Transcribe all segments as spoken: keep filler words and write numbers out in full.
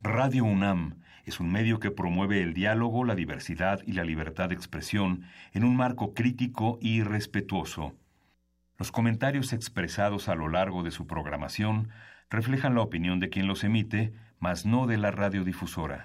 Radio UNAM es un medio que promueve el diálogo, la diversidad y la libertad de expresión en un marco crítico y respetuoso. Los comentarios expresados a lo largo de su programación reflejan la opinión de quien los emite, mas no de la radiodifusora.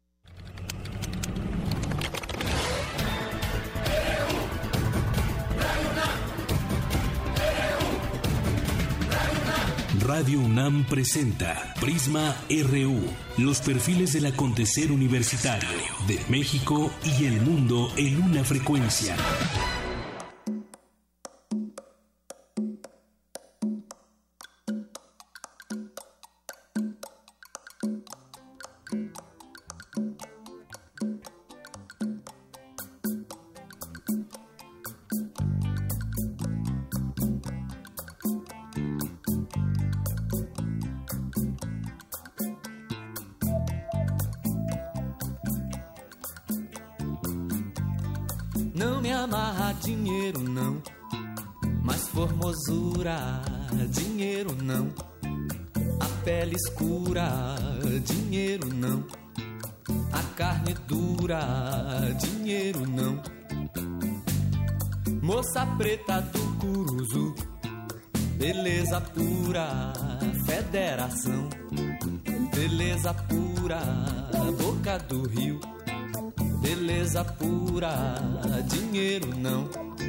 Radio UNAM presenta Prisma R U, los perfiles del acontecer universitario de México y el mundo en una frecuencia. Não me amarra dinheiro não, mas formosura, dinheiro não. A pele escura, dinheiro não. A carne dura, dinheiro não. Moça preta do Curuzu, beleza pura, federação. Beleza pura, boca do rio. Beleza pura, dinheiro não.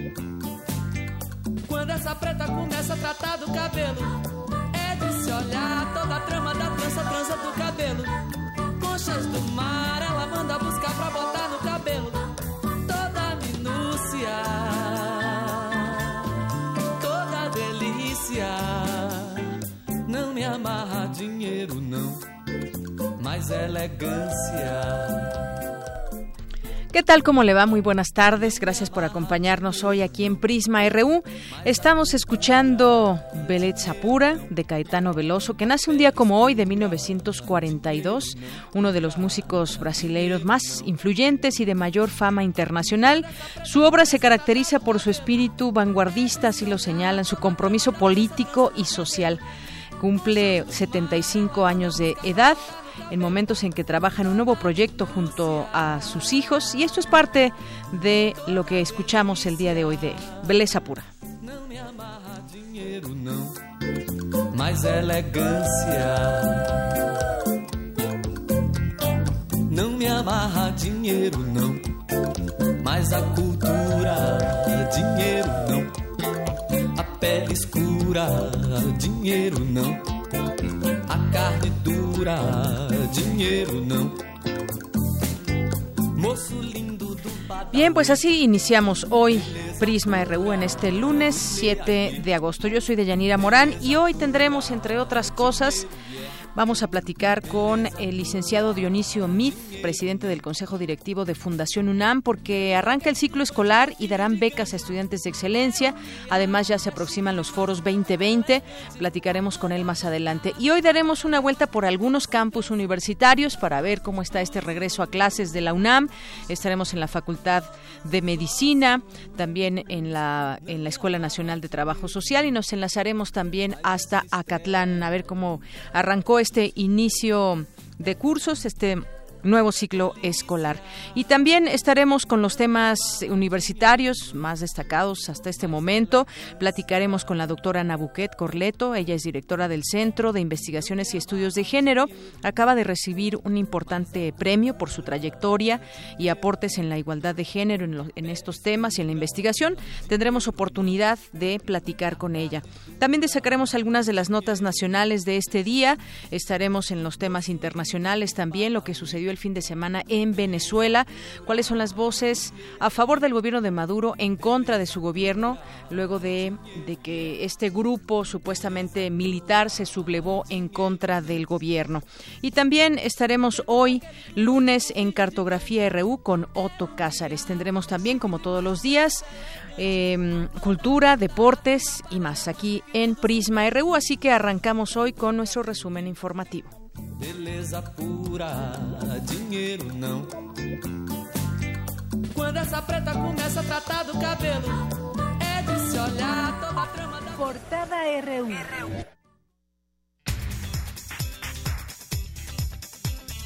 Quando essa preta começa a tratar do cabelo, é de se olhar toda a trama da trança, trança do cabelo. Conchas do mar, ela manda buscar pra botar no cabelo. Toda a minúcia, toda a delícia. Não me amarra dinheiro não, mas elegância. ¿Qué tal? ¿Cómo le va? Muy buenas tardes. Gracias por acompañarnos hoy aquí en Prisma R U. Estamos escuchando Bellezza Pura de Caetano Veloso, que nace un día como hoy de mil novecientos cuarenta y dos, uno de los músicos brasileiros más influyentes y de mayor fama internacional. Su obra se caracteriza por su espíritu vanguardista, así lo señalan, su compromiso político y social. Cumple setenta y cinco años de edad, en momentos en que trabaja en un nuevo proyecto junto a sus hijos, y esto es parte de lo que escuchamos el día de hoy de él. Bellezza Pura. Não me amarra dinheiro não, mas elegância. Não me amarra dinheiro não, mas a cultura. Dinheiro não. A pele escura, dinheiro não. A carne dura, dinheiro não. Moço lindo do badalo. Bien, pues así iniciamos hoy Prisma R U en este lunes siete de agosto. Yo soy Deyanira Morán y hoy tendremos, entre otras cosas, vamos a platicar con el licenciado Dionisio Meade, presidente del Consejo Directivo de Fundación UNAM, porque arranca el ciclo escolar y darán becas a estudiantes de excelencia. Además, ya se aproximan los foros veinte veinte. Platicaremos con él más adelante. Y hoy daremos una vuelta por algunos campus universitarios para ver cómo está este regreso a clases de la UNAM. Estaremos en la Facultad de Medicina, también en la, en la Escuela Nacional de Trabajo Social, y nos enlazaremos también hasta Acatlán a ver cómo arrancó este inicio de cursos, este nuevo ciclo escolar. Y también estaremos con los temas universitarios más destacados hasta este momento. Platicaremos con la doctora Ana Buquet Corleto. Ella es directora del Centro de Investigaciones y Estudios de Género. Acaba de recibir un importante premio por su trayectoria y aportes en la igualdad de género en, lo, en estos temas y en la investigación. Tendremos oportunidad de platicar con ella. También destacaremos algunas de las notas nacionales de este día. Estaremos en los temas internacionales también, lo que sucedió el fin de semana en Venezuela, cuáles son las voces a favor del gobierno de Maduro, en contra de su gobierno, luego de, de que este grupo supuestamente militar se sublevó en contra del gobierno. Y también estaremos hoy, lunes, en Cartografía R U con Otto Cázares. Tendremos también, como todos los días, eh, cultura, deportes y más aquí en Prisma R U, así que arrancamos hoy con nuestro resumen informativo. Beleza pura, dinheiro não. Quando essa preta começa a tratar do cabelo, é de se olhar toda a trama da... Portada R U.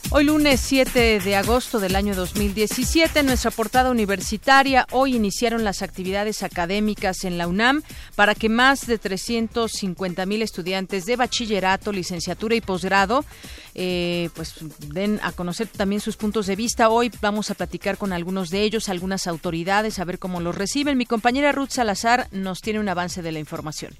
Hoy lunes siete de agosto del año dos mil diecisiete, en nuestra portada universitaria, hoy iniciaron las actividades académicas en la UNAM para que más de trescientos cincuenta mil estudiantes de bachillerato, licenciatura y posgrado eh, pues den a conocer también sus puntos de vista. Hoy vamos a platicar con algunos de ellos, algunas autoridades, a ver cómo los reciben. Mi compañera Ruth Salazar nos tiene un avance de la información.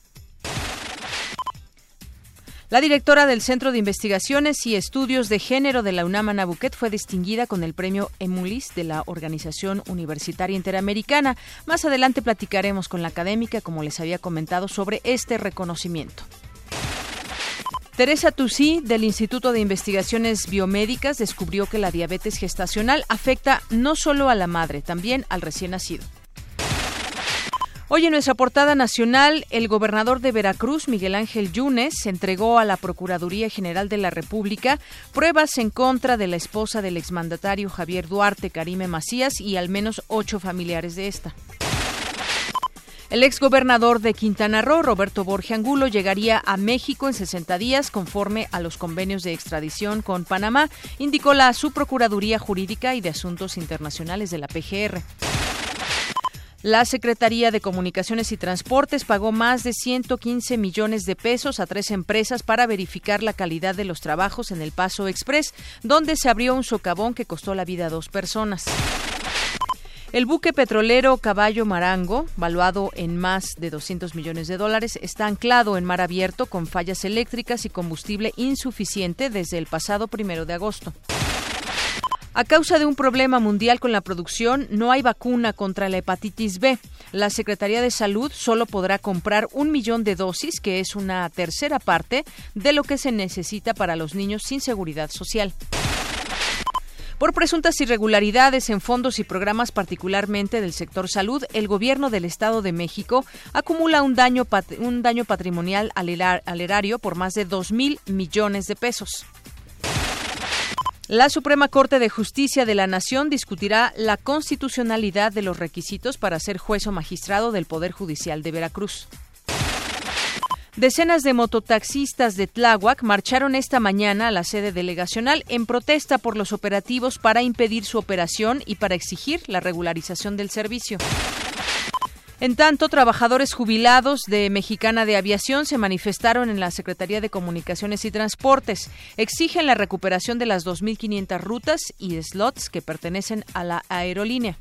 La directora del Centro de Investigaciones y Estudios de Género de la UNAM, Ana Buquet, fue distinguida con el premio Emulis de la Organización Universitaria Interamericana. Más adelante platicaremos con la académica, como les había comentado, sobre este reconocimiento. Teresa Tusí, del Instituto de Investigaciones Biomédicas, descubrió que la diabetes gestacional afecta no solo a la madre, también al recién nacido. Hoy en nuestra portada nacional, el gobernador de Veracruz, Miguel Ángel Yunes, entregó a la Procuraduría General de la República pruebas en contra de la esposa del exmandatario Javier Duarte, Karime Macías, y al menos ocho familiares de esta. El exgobernador de Quintana Roo, Roberto Borge Angulo, llegaría a México en sesenta días conforme a los convenios de extradición con Panamá, indicó la Subprocuraduría Jurídica y de Asuntos Internacionales de la P G R. La Secretaría de Comunicaciones y Transportes pagó más de ciento quince millones de pesos a tres empresas para verificar la calidad de los trabajos en el Paso Express, donde se abrió un socavón que costó la vida a dos personas. El buque petrolero Caballo Marango, valuado en más de doscientos millones de dólares, está anclado en mar abierto con fallas eléctricas y combustible insuficiente desde el pasado primero de agosto. A causa de un problema mundial con la producción, no hay vacuna contra la hepatitis B. La Secretaría de Salud solo podrá comprar un millón de dosis, que es una tercera parte de lo que se necesita para los niños sin seguridad social. Por presuntas irregularidades en fondos y programas, particularmente del sector salud, el gobierno del Estado de México acumula un daño, pat- un daño patrimonial al, erar- al erario por más de dos mil millones de pesos. La Suprema Corte de Justicia de la Nación discutirá la constitucionalidad de los requisitos para ser juez o magistrado del Poder Judicial de Veracruz. Decenas de mototaxistas de Tláhuac marcharon esta mañana a la sede delegacional en protesta por los operativos para impedir su operación y para exigir la regularización del servicio. En tanto, trabajadores jubilados de Mexicana de Aviación se manifestaron en la Secretaría de Comunicaciones y Transportes. Exigen la recuperación de las dos mil quinientas rutas y slots que pertenecen a la aerolínea.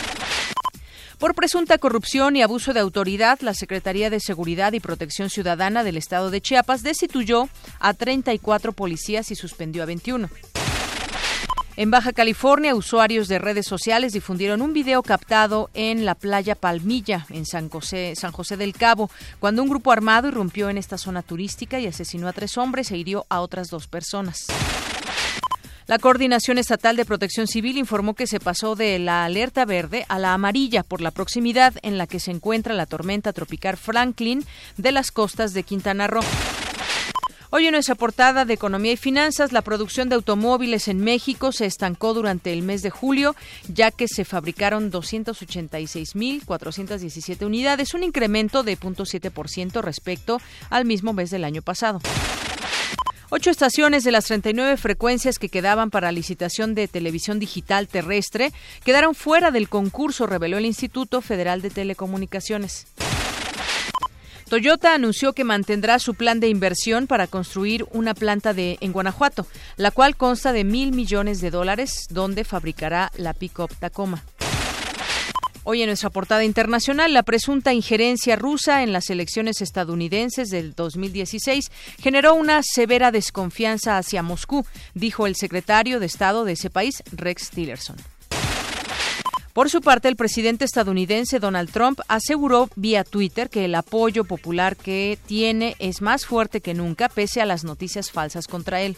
Por presunta corrupción y abuso de autoridad, la Secretaría de Seguridad y Protección Ciudadana del Estado de Chiapas destituyó a treinta y cuatro policías y suspendió a veintiuno. En Baja California, usuarios de redes sociales difundieron un video captado en la playa Palmilla, en San José, San José del Cabo, cuando un grupo armado irrumpió en esta zona turística y asesinó a tres hombres e hirió a otras dos personas. La Coordinación Estatal de Protección Civil informó que se pasó de la alerta verde a la amarilla por la proximidad en la que se encuentra la tormenta tropical Franklin de las costas de Quintana Roo. Hoy en nuestra portada de Economía y Finanzas, la producción de automóviles en México se estancó durante el mes de julio, ya que se fabricaron doscientas ochenta y seis mil cuatrocientas diecisiete unidades, un incremento de cero punto siete por ciento respecto al mismo mes del año pasado. Ocho estaciones de las treinta y nueve frecuencias que quedaban para licitación de televisión digital terrestre quedaron fuera del concurso, reveló el Instituto Federal de Telecomunicaciones. Toyota anunció que mantendrá su plan de inversión para construir una planta de, en Guanajuato, la cual consta de mil millones de dólares, donde fabricará la pick-up Tacoma. Hoy en nuestra portada internacional, la presunta injerencia rusa en las elecciones estadounidenses del dos mil dieciséis generó una severa desconfianza hacia Moscú, dijo el secretario de Estado de ese país, Rex Tillerson. Por su parte, el presidente estadounidense Donald Trump aseguró vía Twitter que el apoyo popular que tiene es más fuerte que nunca, pese a las noticias falsas contra él.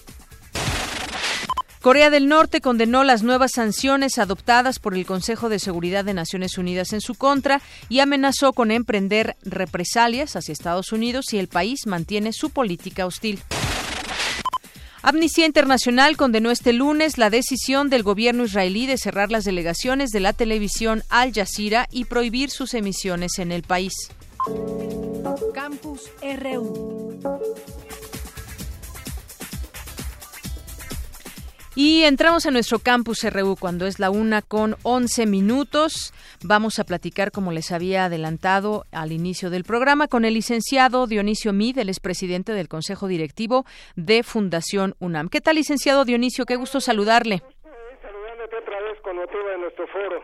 Corea del Norte condenó las nuevas sanciones adoptadas por el Consejo de Seguridad de Naciones Unidas en su contra y amenazó con emprender represalias hacia Estados Unidos si el país mantiene su política hostil. Amnistía Internacional condenó este lunes la decisión del gobierno israelí de cerrar las delegaciones de la televisión Al Jazeera y prohibir sus emisiones en el país. Campus R U. Y entramos a nuestro campus R U cuando es la una con once minutos. Vamos a platicar, como les había adelantado al inicio del programa, con el licenciado Dionisio Mid, él es presidente del Consejo Directivo de Fundación UNAM. ¿Qué tal, licenciado Dionisio? Qué gusto saludarle. Saludándote otra vez con motivo de nuestro foro.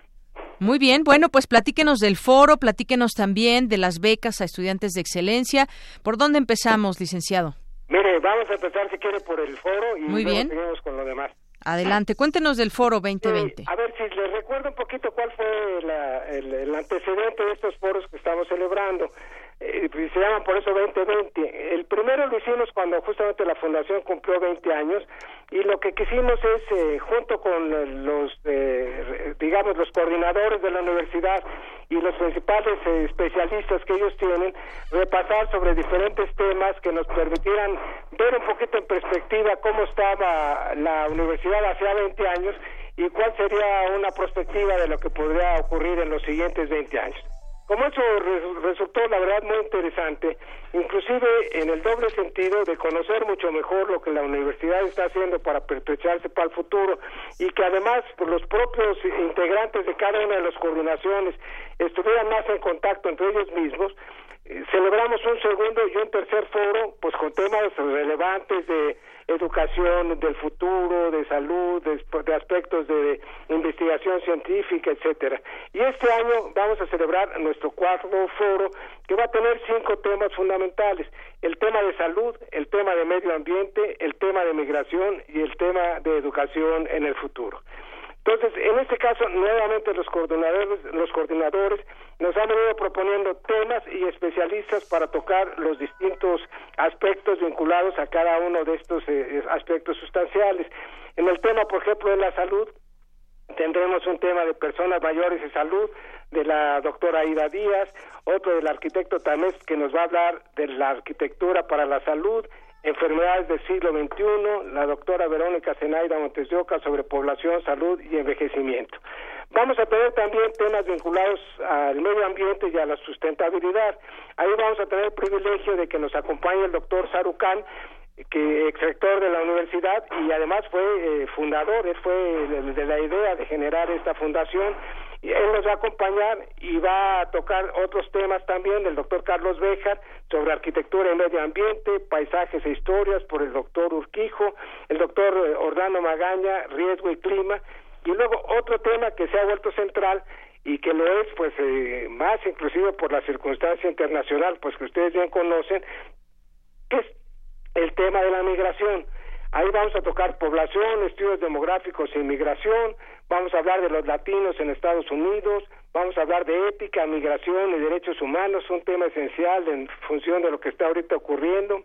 Muy bien, bueno, pues platíquenos del foro, platíquenos también de las becas a estudiantes de excelencia. ¿Por dónde empezamos, licenciado? Mire, vamos a empezar si quiere por el foro y Muy luego bien. seguimos con lo demás. Adelante, cuéntenos del foro veinte veinte. Sí, a ver, si les recuerdo un poquito cuál fue la, el, el antecedente de estos foros que estamos celebrando. Eh, se llaman por eso veinte veinte. El primero lo hicimos cuando justamente la Fundación cumplió veinte años y lo que quisimos es, eh, junto con los, eh, digamos, los coordinadores de la universidad y los principales eh, especialistas que ellos tienen, repasar sobre diferentes temas que nos permitieran ver un poquito en perspectiva cómo estaba la universidad hace veinte años y cuál sería una perspectiva de lo que podría ocurrir en los siguientes veinte años. Como eso re- resultó, la verdad, muy interesante, inclusive en el doble sentido de conocer mucho mejor lo que la universidad está haciendo para perpetuarse para el futuro y que además pues, los propios integrantes de cada una de las coordinaciones estuvieran más en contacto entre ellos mismos. Eh, celebramos un segundo y un tercer foro, pues con temas relevantes de educación del futuro, de salud, de, de aspectos de investigación científica, etcétera. Y este año vamos a celebrar nuestro cuarto foro, que va a tener cinco temas fundamentales: el tema de salud, el tema de medio ambiente, el tema de migración y el tema de educación en el futuro. Entonces, en este caso, nuevamente los coordinadores, los coordinadores nos han venido proponiendo temas y especialistas para tocar los distintos aspectos vinculados a cada uno de estos eh, aspectos sustanciales. En el tema, por ejemplo, de la salud, tendremos un tema de personas mayores y salud, de la doctora Aida Díaz, otro del arquitecto Tamés, que nos va a hablar de la arquitectura para la salud, enfermedades del siglo veintiuno, la doctora Verónica Zenaida Montes de Oca sobre población, salud y envejecimiento. Vamos a tener también temas vinculados al medio ambiente y a la sustentabilidad. Ahí vamos a tener el privilegio de que nos acompañe el doctor Sarucán, que ex rector de la universidad y además fue eh, fundador, él fue de, de la idea de generar esta fundación. Y él nos va a acompañar y va a tocar otros temas también, el doctor Carlos Béjar, sobre arquitectura y medio ambiente, paisajes e historias, por el doctor Urquijo, el doctor Ordano Magaña, riesgo y clima, y luego otro tema que se ha vuelto central y que lo es pues eh, más inclusive por la circunstancia internacional, pues que ustedes bien conocen, que es el tema de la migración. Ahí vamos a tocar población, estudios demográficos e inmigración, vamos a hablar de los latinos en Estados Unidos, vamos a hablar de ética, migración y derechos humanos, un tema esencial en función de lo que está ahorita ocurriendo.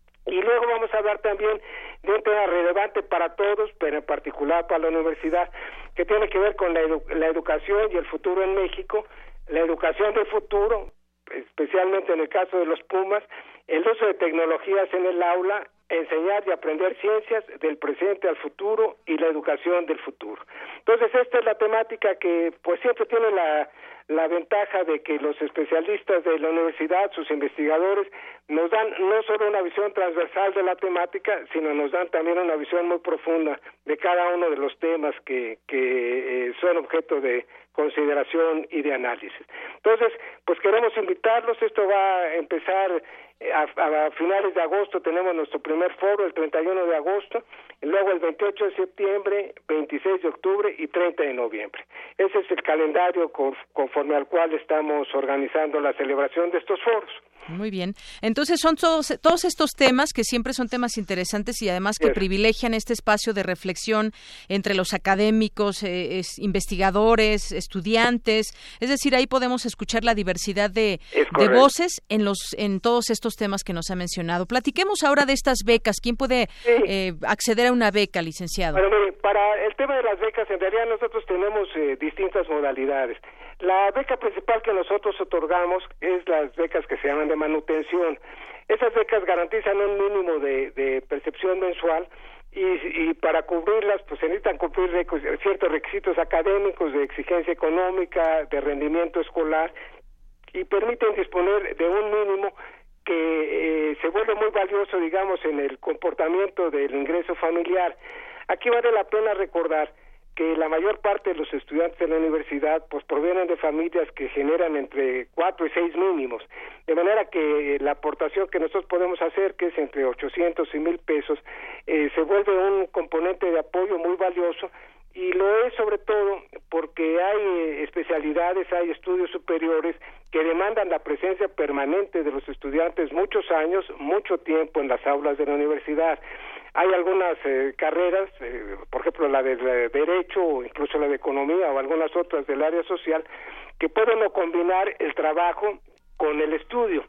Y luego vamos a hablar también de un tema relevante para todos, pero en particular para la universidad, que tiene que ver con la, edu- la educación y el futuro en México, la educación del futuro, especialmente en el caso de los Pumas, el uso de tecnologías en el aula, enseñar y aprender ciencias del presente al futuro y la educación del futuro. Entonces, esta es la temática que pues siempre tiene la, la ventaja de que los especialistas de la universidad, sus investigadores, nos dan no solo una visión transversal de la temática, sino nos dan también una visión muy profunda de cada uno de los temas que, que eh, son objeto de consideración y de análisis. Entonces, pues queremos invitarlos, esto va a empezar A, a finales de agosto, tenemos nuestro primer foro el treinta y uno de agosto, y luego el veintiocho de septiembre, veintiséis de octubre y treinta de noviembre. Ese es el calendario con, conforme al cual estamos organizando la celebración de estos foros. Muy bien. Entonces son todos, todos estos temas que siempre son temas interesantes y además que yes. privilegian este espacio de reflexión entre los académicos, eh, es, investigadores, estudiantes. Es decir, ahí podemos escuchar la diversidad de, de voces en los en todos estos temas que nos ha mencionado. Platiquemos ahora de estas becas. ¿Quién puede sí. eh, acceder a una beca, licenciado? Bueno, mire, para el tema de las becas, en realidad nosotros tenemos eh, distintas modalidades. La beca principal que nosotros otorgamos es las becas que se llaman de manutención. Esas becas garantizan un mínimo de, de percepción mensual y, y para cubrirlas pues se necesitan cumplir requ- ciertos requisitos académicos, de exigencia económica, de rendimiento escolar, y permiten disponer de un mínimo que eh, se vuelve muy valioso, digamos, en el comportamiento del ingreso familiar. Aquí vale la pena recordar que la mayor parte de los estudiantes de la universidad pues provienen de familias que generan entre cuatro y seis mínimos, de manera que la aportación que nosotros podemos hacer, que es entre ochocientos y mil pesos, eh, se vuelve un componente de apoyo muy valioso, y lo es sobre todo porque hay eh, especialidades, hay estudios superiores que demandan la presencia permanente de los estudiantes muchos años, mucho tiempo en las aulas de la universidad. Hay algunas eh, carreras, eh, por ejemplo la de, de Derecho o incluso la de Economía o algunas otras del área social, que pueden no combinar el trabajo con el estudio.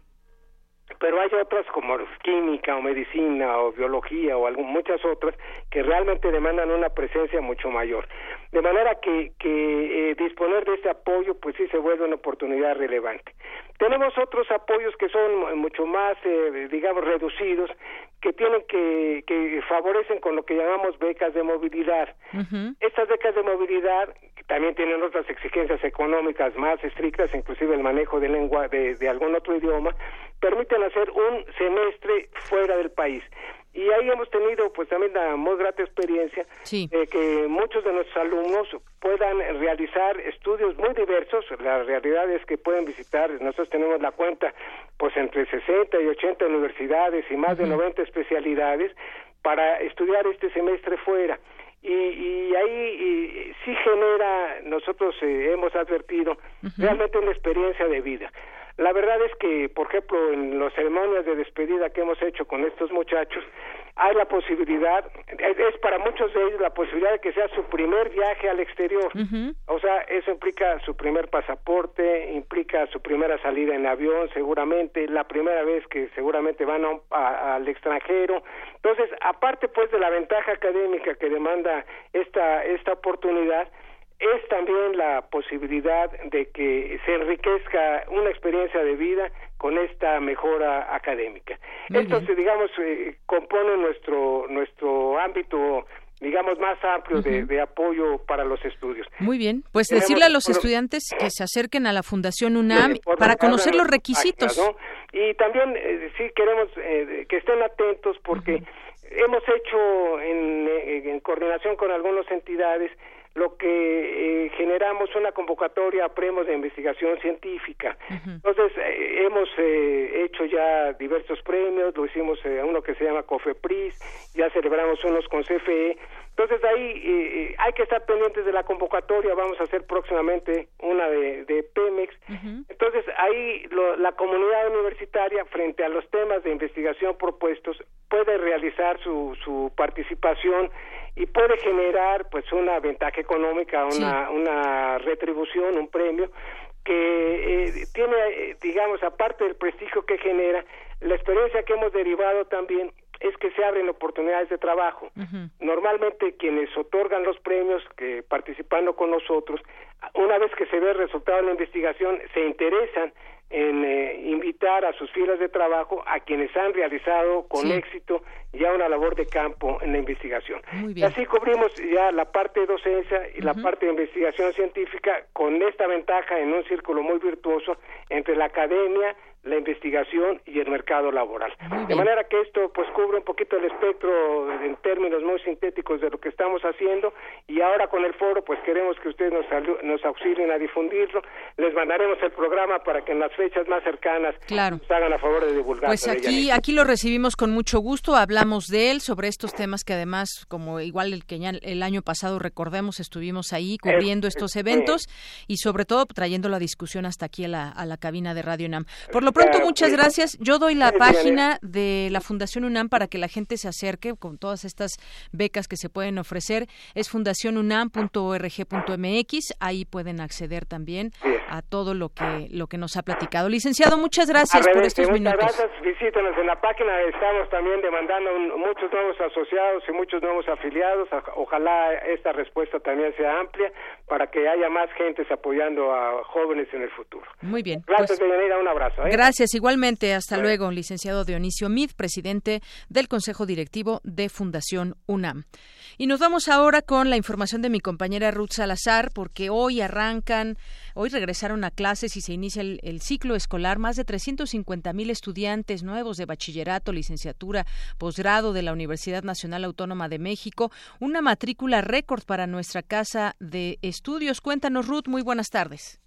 Pero hay otras como química o medicina o biología o algún, muchas otras que realmente demandan una presencia mucho mayor. De manera que, que eh, disponer de este apoyo pues sí se vuelve una oportunidad relevante. Tenemos otros apoyos que son mucho más, eh, digamos, reducidos, que tienen que, que favorecen con lo que llamamos becas de movilidad. Uh-huh. Estas becas de movilidad también tienen otras exigencias económicas más estrictas, inclusive el manejo de lengua de, de algún otro idioma, permiten hacer un semestre fuera del país. Y ahí hemos tenido pues también una muy grata experiencia, sí. eh, que muchos de nuestros alumnos puedan realizar estudios muy diversos. La realidad es que pueden visitar, nosotros tenemos la cuenta pues entre sesenta y ochenta universidades y más uh-huh. de noventa especialidades para estudiar este semestre fuera. Y, y ahí y, sí genera, nosotros eh, hemos advertido, uh-huh. realmente una experiencia de vida. La verdad es que, por ejemplo, en las ceremonias de despedida que hemos hecho con estos muchachos, hay la posibilidad, es, es para muchos de ellos la posibilidad de que sea su primer viaje al exterior. Uh-huh. O sea, eso implica su primer pasaporte, implica su primera salida en avión, seguramente, la primera vez que seguramente van a, a, al extranjero. Entonces, aparte pues de la ventaja académica que demanda esta, esta oportunidad, es también la posibilidad de que se enriquezca una experiencia de vida con esta mejora académica. Muy Esto, se, digamos, eh, compone nuestro nuestro ámbito, digamos, más amplio uh-huh. de, de apoyo para los estudios. Muy bien, pues Tenemos, decirle a los por, estudiantes que se acerquen a la Fundación UNAM sí, para conocer los requisitos. Páginas, ¿no? Y también eh, sí queremos eh, que estén atentos porque uh-huh. hemos hecho en, en coordinación con algunas entidades lo que eh, generamos una convocatoria a premios de investigación científica. Uh-huh. Entonces, eh, hemos eh, hecho ya diversos premios, lo hicimos a eh, uno que se llama COFEPRIS, ya celebramos unos con C F E. Entonces, ahí eh, hay que estar pendientes de la convocatoria, vamos a hacer próximamente una de, de Pemex. Uh-huh. Entonces, ahí lo, la comunidad universitaria, frente a los temas de investigación propuestos, puede realizar su, su participación y puede generar pues una ventaja económica, una, sí. una retribución, un premio que eh, tiene, eh, digamos, aparte del prestigio que genera, la experiencia que hemos derivado también es que se abren oportunidades de trabajo. Uh-huh. Normalmente quienes otorgan los premios, que participando con nosotros, una vez que se ve el resultado de la investigación, se interesan en eh, invitar a sus filas de trabajo a quienes han realizado con sí. éxito ya una labor de campo en la investigación. Y así cubrimos ya la parte de docencia y uh-huh. la parte de investigación científica con esta ventaja en un círculo muy virtuoso entre la academia, la investigación y el mercado laboral. De manera que esto pues cubre un poquito el espectro en términos muy sintéticos de lo que estamos haciendo, y ahora con el foro pues queremos que ustedes nos, nos auxilien a difundirlo. Les mandaremos el programa para que en las fechas más cercanas claro. nos hagan a favor de divulgarlo. Pues aquí, aquí lo recibimos con mucho gusto, hablamos de él, sobre estos temas que además, como igual el que ya el año pasado, recordemos, estuvimos ahí cubriendo es, estos eventos eh, y sobre todo trayendo la discusión hasta aquí a la, a la cabina de Radio UNAM. Por lo pronto, muchas gracias. Yo doy la página de la Fundación UNAM para que la gente se acerque con todas estas becas que se pueden ofrecer. Es fundación unam punto org punto m x. Ahí pueden acceder también a todo lo que lo que nos ha platicado. Licenciado, muchas gracias por estos muchas minutos. Muchas gracias. Visítenos en la página. Estamos también demandando un, muchos nuevos asociados y muchos nuevos afiliados. Ojalá esta respuesta también sea amplia para que haya más gentes apoyando a jóvenes en el futuro. Muy bien. Gracias, pues, Deyanira. Un abrazo. ¿eh? Gracias, igualmente. Hasta bueno. luego, licenciado Dionisio Mid, presidente del Consejo Directivo de Fundación UNAM. Y nos vamos ahora con la información de mi compañera Ruth Salazar, porque hoy arrancan, hoy regresaron a clases y se inicia el, el ciclo escolar. Más de trescientos cincuenta mil estudiantes nuevos de bachillerato, licenciatura, posgrado de la Universidad Nacional Autónoma de México. Una matrícula récord para nuestra casa de estudios. Cuéntanos, Ruth, muy buenas tardes.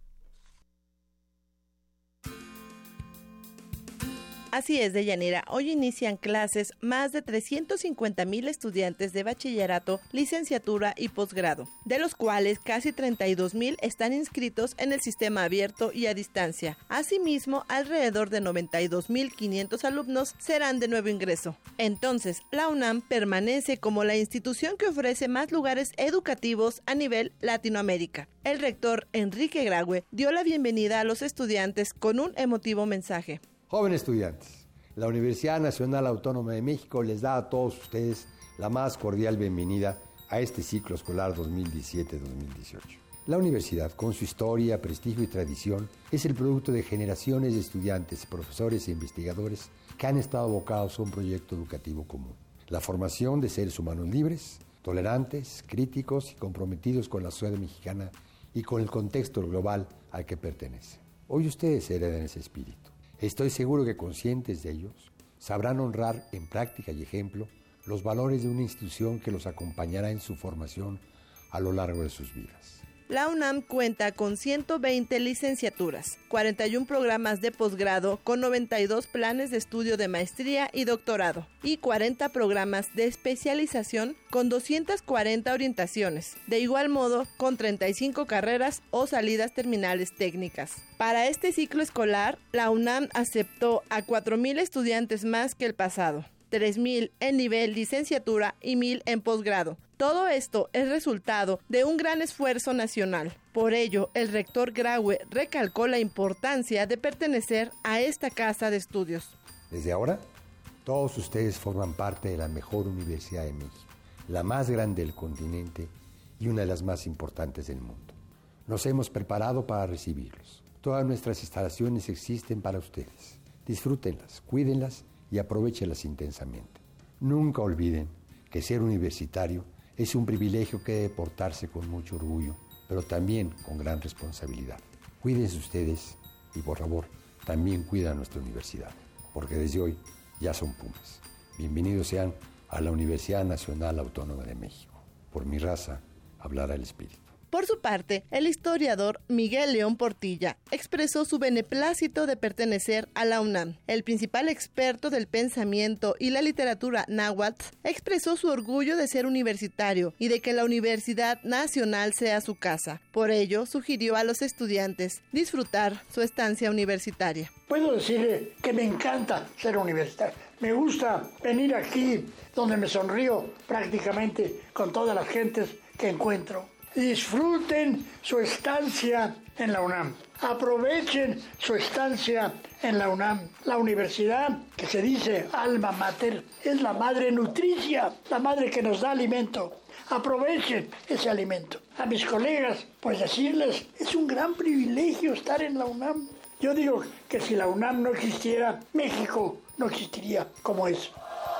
Así es, Deyanira. Hoy inician clases más de trescientos cincuenta mil estudiantes de bachillerato, licenciatura y posgrado, de los cuales casi treinta y dos mil están inscritos en el sistema abierto y a distancia. Asimismo, alrededor de noventa y dos mil quinientos alumnos serán de nuevo ingreso. Entonces, la UNAM permanece como la institución que ofrece más lugares educativos a nivel Latinoamérica. El rector Enrique Graue dio la bienvenida a los estudiantes con un emotivo mensaje. Jóvenes estudiantes, la Universidad Nacional Autónoma de México les da a todos ustedes la más cordial bienvenida a este ciclo escolar dos mil diecisiete dos mil dieciocho. La universidad, con su historia, prestigio y tradición, es el producto de generaciones de estudiantes, profesores e investigadores que han estado abocados a un proyecto educativo común. La formación de seres humanos libres, tolerantes, críticos y comprometidos con la sociedad mexicana y con el contexto global al que pertenece. Hoy ustedes heredan ese espíritu. Estoy seguro que conscientes de ellos, sabrán honrar en práctica y ejemplo los valores de una institución que los acompañará en su formación a lo largo de sus vidas. La UNAM cuenta con ciento veinte licenciaturas, cuarenta y uno programas de posgrado con noventa y dos planes de estudio de maestría y doctorado y cuarenta programas de especialización con doscientas cuarenta orientaciones, de igual modo con treinta y cinco carreras o salidas terminales técnicas. Para este ciclo escolar, la UNAM aceptó a cuatro mil estudiantes más que el pasado, tres mil en nivel licenciatura y mil en posgrado. Todo esto es resultado de un gran esfuerzo nacional. Por ello, el rector Graue recalcó la importancia de pertenecer a esta casa de estudios. Desde ahora, todos ustedes forman parte de la mejor universidad de México, la más grande del continente y una de las más importantes del mundo. Nos hemos preparado para recibirlos. Todas nuestras instalaciones existen para ustedes. Disfrútenlas, cuídenlas y aprovéchenlas intensamente. Nunca olviden que ser universitario es un privilegio que debe portarse con mucho orgullo, pero también con gran responsabilidad. Cuídense ustedes y, por favor, también cuida a nuestra universidad, porque desde hoy ya son Pumas. Bienvenidos sean a la Universidad Nacional Autónoma de México. Por mi raza, hablará el espíritu. Por su parte, el historiador Miguel León Portilla expresó su beneplácito de pertenecer a la UNAM. El principal experto del pensamiento y la literatura náhuatl expresó su orgullo de ser universitario y de que la Universidad Nacional sea su casa. Por ello, sugirió a los estudiantes disfrutar su estancia universitaria. Puedo decirle que me encanta ser universitario. Me gusta venir aquí donde me sonrío prácticamente con todas las gentes que encuentro. Disfruten su estancia en la UNAM. Aprovechen su estancia en la UNAM. La universidad, que se dice alma mater, es la madre nutricia, la madre que nos da alimento. Aprovechen ese alimento. A mis colegas, pues decirles, es un gran privilegio estar en la UNAM. Yo digo que si la UNAM no existiera, México no existiría como es.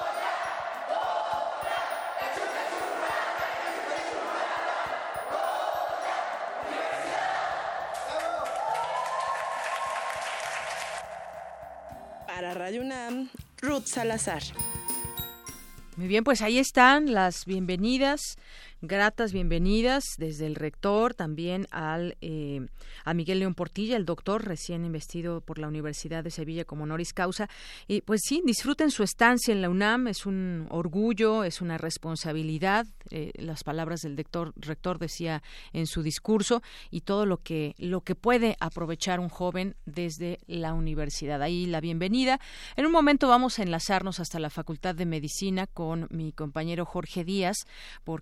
Para Radio UNAM, Ruth Salazar. Muy bien, pues ahí están las bienvenidas, gratas bienvenidas desde el rector también al eh, a Miguel León Portilla, el doctor recién investido por la Universidad de Sevilla como honoris causa. Y pues sí, disfruten su estancia en la UNAM, es un orgullo, es una responsabilidad, eh, las palabras del rector, rector decía en su discurso, y todo lo que lo que puede aprovechar un joven desde la universidad. Ahí la bienvenida. En un momento vamos a enlazarnos hasta la Facultad de Medicina con mi compañero Jorge Díaz, porque él estuvo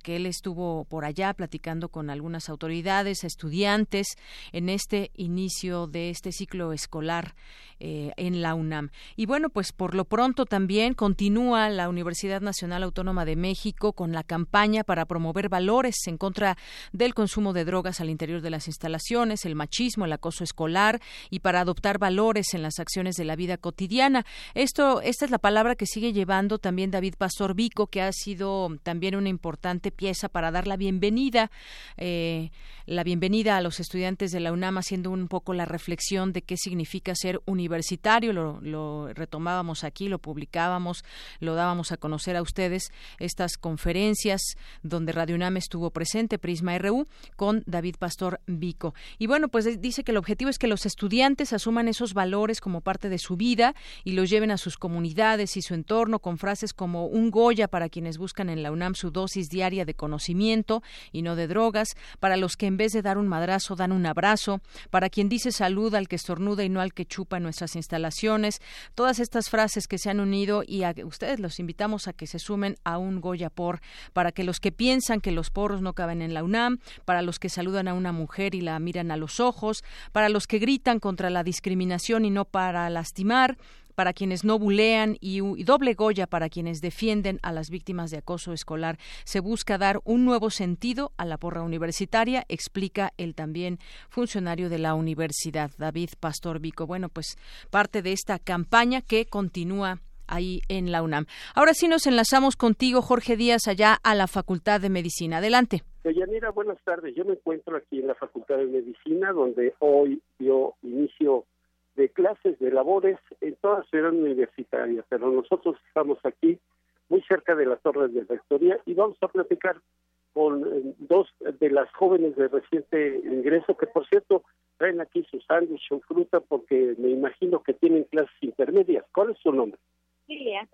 estuvo por allá platicando con algunas autoridades, estudiantes, en este inicio de este ciclo escolar eh, en la UNAM. Y bueno, pues por lo pronto también continúa la Universidad Nacional Autónoma de México con la campaña para promover valores en contra del consumo de drogas al interior de las instalaciones, el machismo, el acoso escolar y para adoptar valores en las acciones de la vida cotidiana. Esto, esta es la palabra que sigue llevando también David Pastor Vico, que ha sido también una importante pieza para dar la bienvenida, eh, la bienvenida a los estudiantes de la UNAM, haciendo un poco la reflexión de qué significa ser universitario. Lo, lo retomábamos aquí, lo publicábamos, lo dábamos a conocer a ustedes, estas conferencias donde Radio UNAM estuvo presente, Prisma R U, con David Pastor Vico. Y bueno, pues dice que el objetivo es que los estudiantes asuman esos valores como parte de su vida y los lleven a sus comunidades y su entorno con frases como un Goya para quienes buscan en la UNAM su dosis diaria de conocimiento y no de drogas, para los que en vez de dar un madrazo dan un abrazo, para quien dice salud al que estornuda y no al que chupa en nuestras instalaciones. Todas estas frases que se han unido, y a ustedes los invitamos a que se sumen a un Goya por, para que los que piensan que los porros no caben en la UNAM, para los que saludan a una mujer y la miran a los ojos, para los que gritan contra la discriminación y no para lastimar, para quienes no bulean y, y doble Goya para quienes defienden a las víctimas de acoso escolar. Se busca dar un nuevo sentido a la porra universitaria, explica el también funcionario de la universidad, David Pastor Vico. Bueno, pues parte de esta campaña que continúa ahí en la UNAM. Ahora sí nos enlazamos contigo, Jorge Díaz, allá a la Facultad de Medicina. Adelante. Deyanira, buenas tardes. Yo me encuentro aquí en la Facultad de Medicina, donde hoy dio inicio de clases, de labores en toda la ciudad universitaria, pero nosotros estamos aquí muy cerca de la torre de rectoría y vamos a platicar con eh, dos de las jóvenes de reciente ingreso, que por cierto traen aquí su sándwich o fruta porque me imagino que tienen clases intermedias. ¿Cuál es su nombre? Lilia.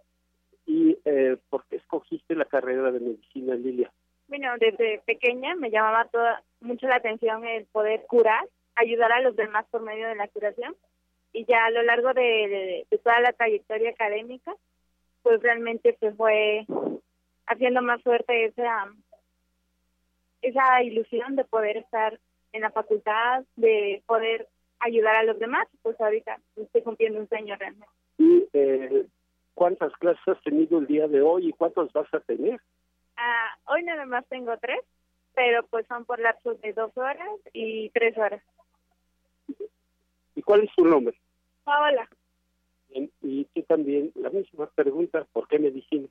¿Y eh, por qué escogiste la carrera de medicina, Lilia? Bueno, desde pequeña me llamaba toda, mucho la atención el poder curar, ayudar a los demás por medio de la curación. Y ya a lo largo de, de, de toda la trayectoria académica, pues realmente se fue haciendo más fuerte esa, esa ilusión de poder estar en la facultad, de poder ayudar a los demás. Pues ahorita estoy cumpliendo un sueño realmente. ¿Y eh, cuántas clases has tenido el día de hoy y cuántas vas a tener? Ah, hoy nada más tengo tres, pero pues son por lapsos de dos horas y tres horas. ¿Y cuál es su nombre? Paola. Bien, y tú también, la misma pregunta, ¿por qué medicina?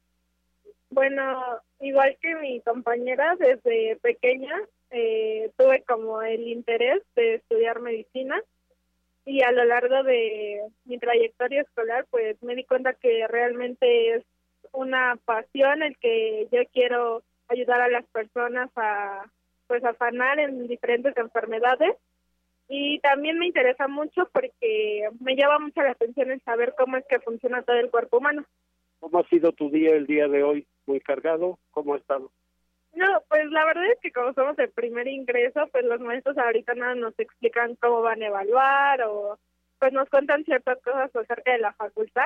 Bueno, igual que mi compañera, desde pequeña eh, tuve como el interés de estudiar medicina y a lo largo de mi trayectoria escolar pues me di cuenta que realmente es una pasión el que yo quiero ayudar a las personas a pues a sanar en diferentes enfermedades. Y también me interesa mucho porque me llama mucho la atención el saber cómo es que funciona todo el cuerpo humano. ¿Cómo ha sido tu día el día de hoy? ¿Muy cargado? ¿Cómo ha estado? No, pues la verdad es que como somos el primer ingreso, pues los maestros ahorita nada nos explican cómo van a evaluar o pues nos cuentan ciertas cosas acerca de la facultad.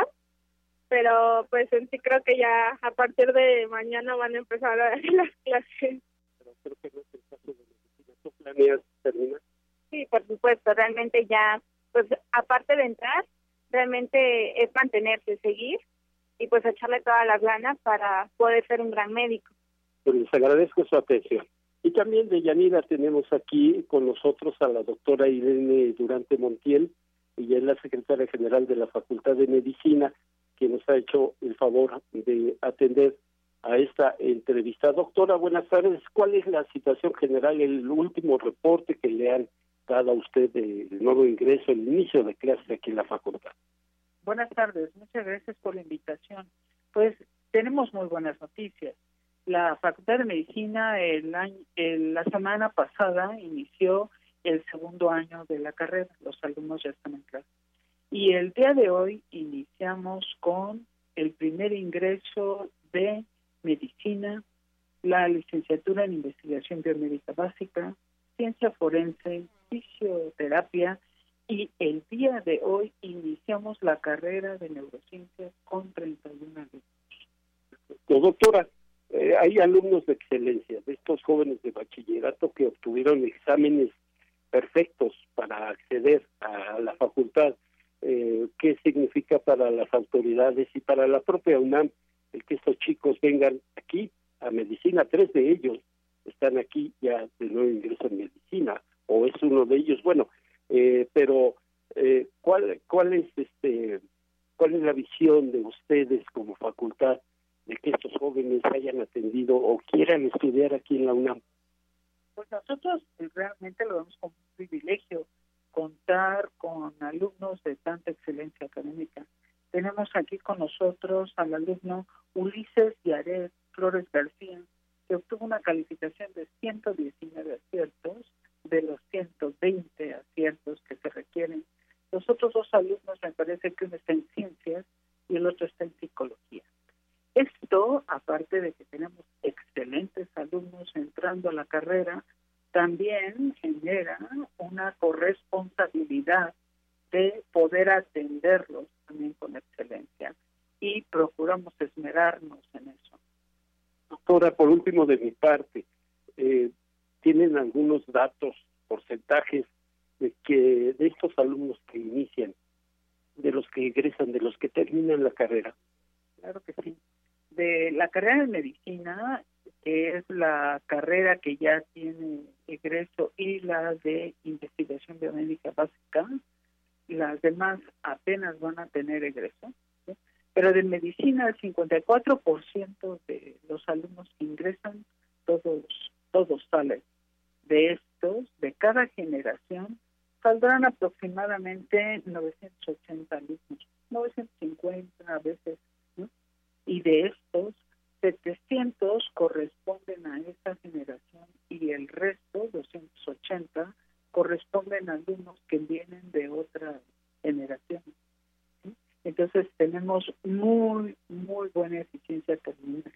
Pero pues en sí creo que ya a partir de mañana van a empezar a dar las clases. Pero creo que no es el caso de medicina. ¿Tú planeas terminar? Sí, por supuesto, realmente ya, pues aparte de entrar, realmente es mantenerse, seguir y pues echarle todas las ganas para poder ser un gran médico. Pues les agradezco su atención. Y también de Yanira tenemos aquí con nosotros a la doctora Irene Durante Montiel, ella es la secretaria general de la Facultad de Medicina, que nos ha hecho el favor de atender a esta entrevista. Doctora, buenas tardes. ¿Cuál es la situación general, el último reporte que le han dado a usted del nuevo ingreso, el inicio de clases aquí en la facultad? Buenas tardes, muchas gracias por la invitación. Pues tenemos muy buenas noticias. La Facultad de Medicina el año, el, la semana pasada inició el segundo año de la carrera, los alumnos ya están en clase. Y el día de hoy iniciamos con el primer ingreso de medicina, la licenciatura en investigación biomédica básica, ciencia forense, fisioterapia, y el día de hoy iniciamos la carrera de neurociencias con treinta y uno alumnos. Doctora, eh, hay alumnos de excelencia, de estos jóvenes de bachillerato que obtuvieron exámenes perfectos para acceder a la facultad. Eh, ¿Qué significa para las autoridades y para la propia UNAM el que estos chicos vengan aquí a medicina? Tres de ellos están aquí ya de nuevo ingreso en medicina, o es uno de ellos. Bueno, eh, pero eh, ¿cuál, cuál es este, cuál es la visión de ustedes como facultad de que estos jóvenes hayan atendido o quieran estudiar aquí en la UNAM? Pues nosotros realmente lo vemos como un privilegio contar con alumnos de tanta excelencia académica. Tenemos aquí con nosotros al alumno Ulises Yaret Flores García, que obtuvo una calificación de ciento diecinueve aciertos de los ciento veinte aciertos que se requieren. Los otros dos alumnos, me parece que uno está en ciencias y el otro está en psicología. Esto, aparte de que tenemos excelentes alumnos entrando a la carrera, también genera una corresponsabilidad de poder atenderlos también con excelencia, y procuramos esmerarnos en eso. Doctora, por último de mi parte, eh, ¿tienen algunos datos, porcentajes de que de estos alumnos que inician, de los que egresan, de los que terminan la carrera? Claro que sí. De la carrera de medicina, que es la carrera que ya tiene egreso, y la de investigación biomédica básica, las demás apenas van a tener egreso, ¿sí? Pero de medicina, el cincuenta y cuatro por ciento de los alumnos que ingresan, todos, todos salen. De estos, de cada generación, saldrán aproximadamente novecientos ochenta alumnos, novecientos cincuenta a veces, ¿no? Y de estos, setecientos corresponden a esa generación y el resto, doscientos ochenta, corresponden a alumnos que vienen de otras generaciones. ¿Sí? Entonces tenemos muy, muy buena eficiencia terminal.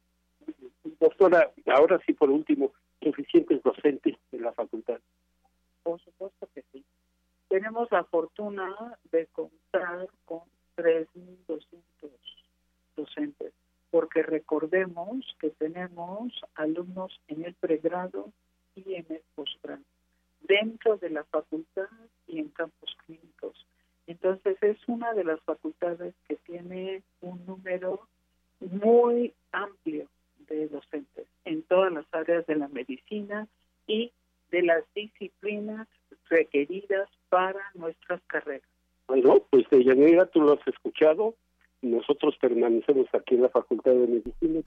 Doctora, ahora sí, por último, ¿suficientes docentes de la facultad? Por supuesto que sí. Tenemos la fortuna de contar con tres mil doscientos docentes, porque recordemos que tenemos alumnos en el pregrado y en el posgrado, dentro de la facultad y en campos clínicos. Entonces es una de las facultades que tiene un número muy amplio de docentes en todas las áreas de la medicina y de las disciplinas requeridas para nuestras carreras. Bueno, pues Deyanira, tú lo has escuchado. Nosotros permanecemos aquí en la Facultad de Medicina.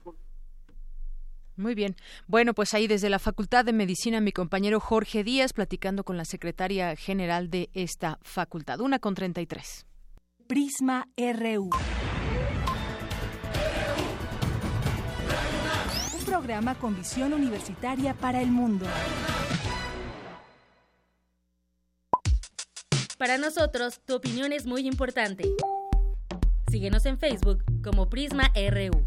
Muy bien. Bueno, pues ahí desde la Facultad de Medicina, mi compañero Jorge Díaz platicando con la secretaria general de esta facultad. Una con treinta y tres. Prisma R U. Un programa con visión universitaria para el mundo. Para nosotros, tu opinión es muy importante. Síguenos en Facebook como Prisma R U.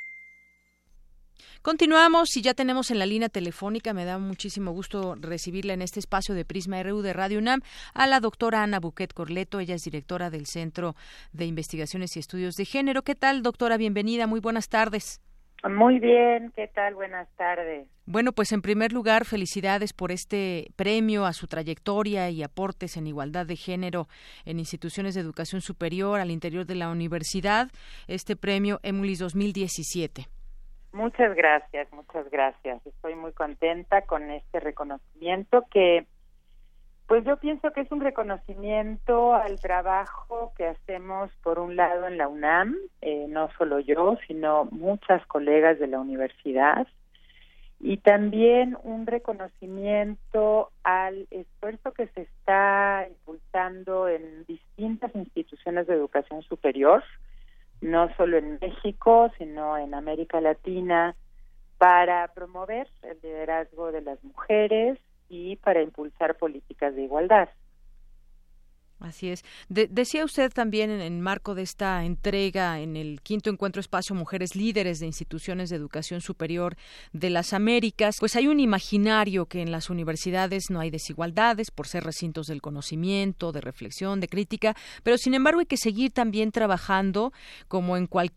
Continuamos y ya tenemos en la línea telefónica, me da muchísimo gusto recibirla en este espacio de Prisma R U de Radio UNAM, a la doctora Ana Buquet Corleto. Ella es directora del Centro de Investigaciones y Estudios de Género. ¿Qué tal, doctora? Bienvenida, muy buenas tardes. Muy bien, ¿qué tal? Buenas tardes. Bueno, pues en primer lugar, felicidades por este premio a su trayectoria y aportes en igualdad de género en instituciones de educación superior al interior de la universidad, este premio EMULIS dos mil diecisiete. Muchas gracias, muchas gracias. Estoy muy contenta con este reconocimiento que, pues yo pienso que es un reconocimiento al trabajo que hacemos, por un lado, en la UNAM, eh, no solo yo, sino muchas colegas de la universidad, y también un reconocimiento al esfuerzo que se está impulsando en distintas instituciones de educación superior, no solo en México, sino en América Latina, para promover el liderazgo de las mujeres y para impulsar políticas de igualdad. Así es. De- decía usted también en el marco de esta entrega en el quinto encuentro Espacio Mujeres Líderes de Instituciones de Educación Superior de las Américas, pues hay un imaginario que en las universidades no hay desigualdades por ser recintos del conocimiento, de reflexión, de crítica, pero sin embargo hay que seguir también trabajando como en cualquier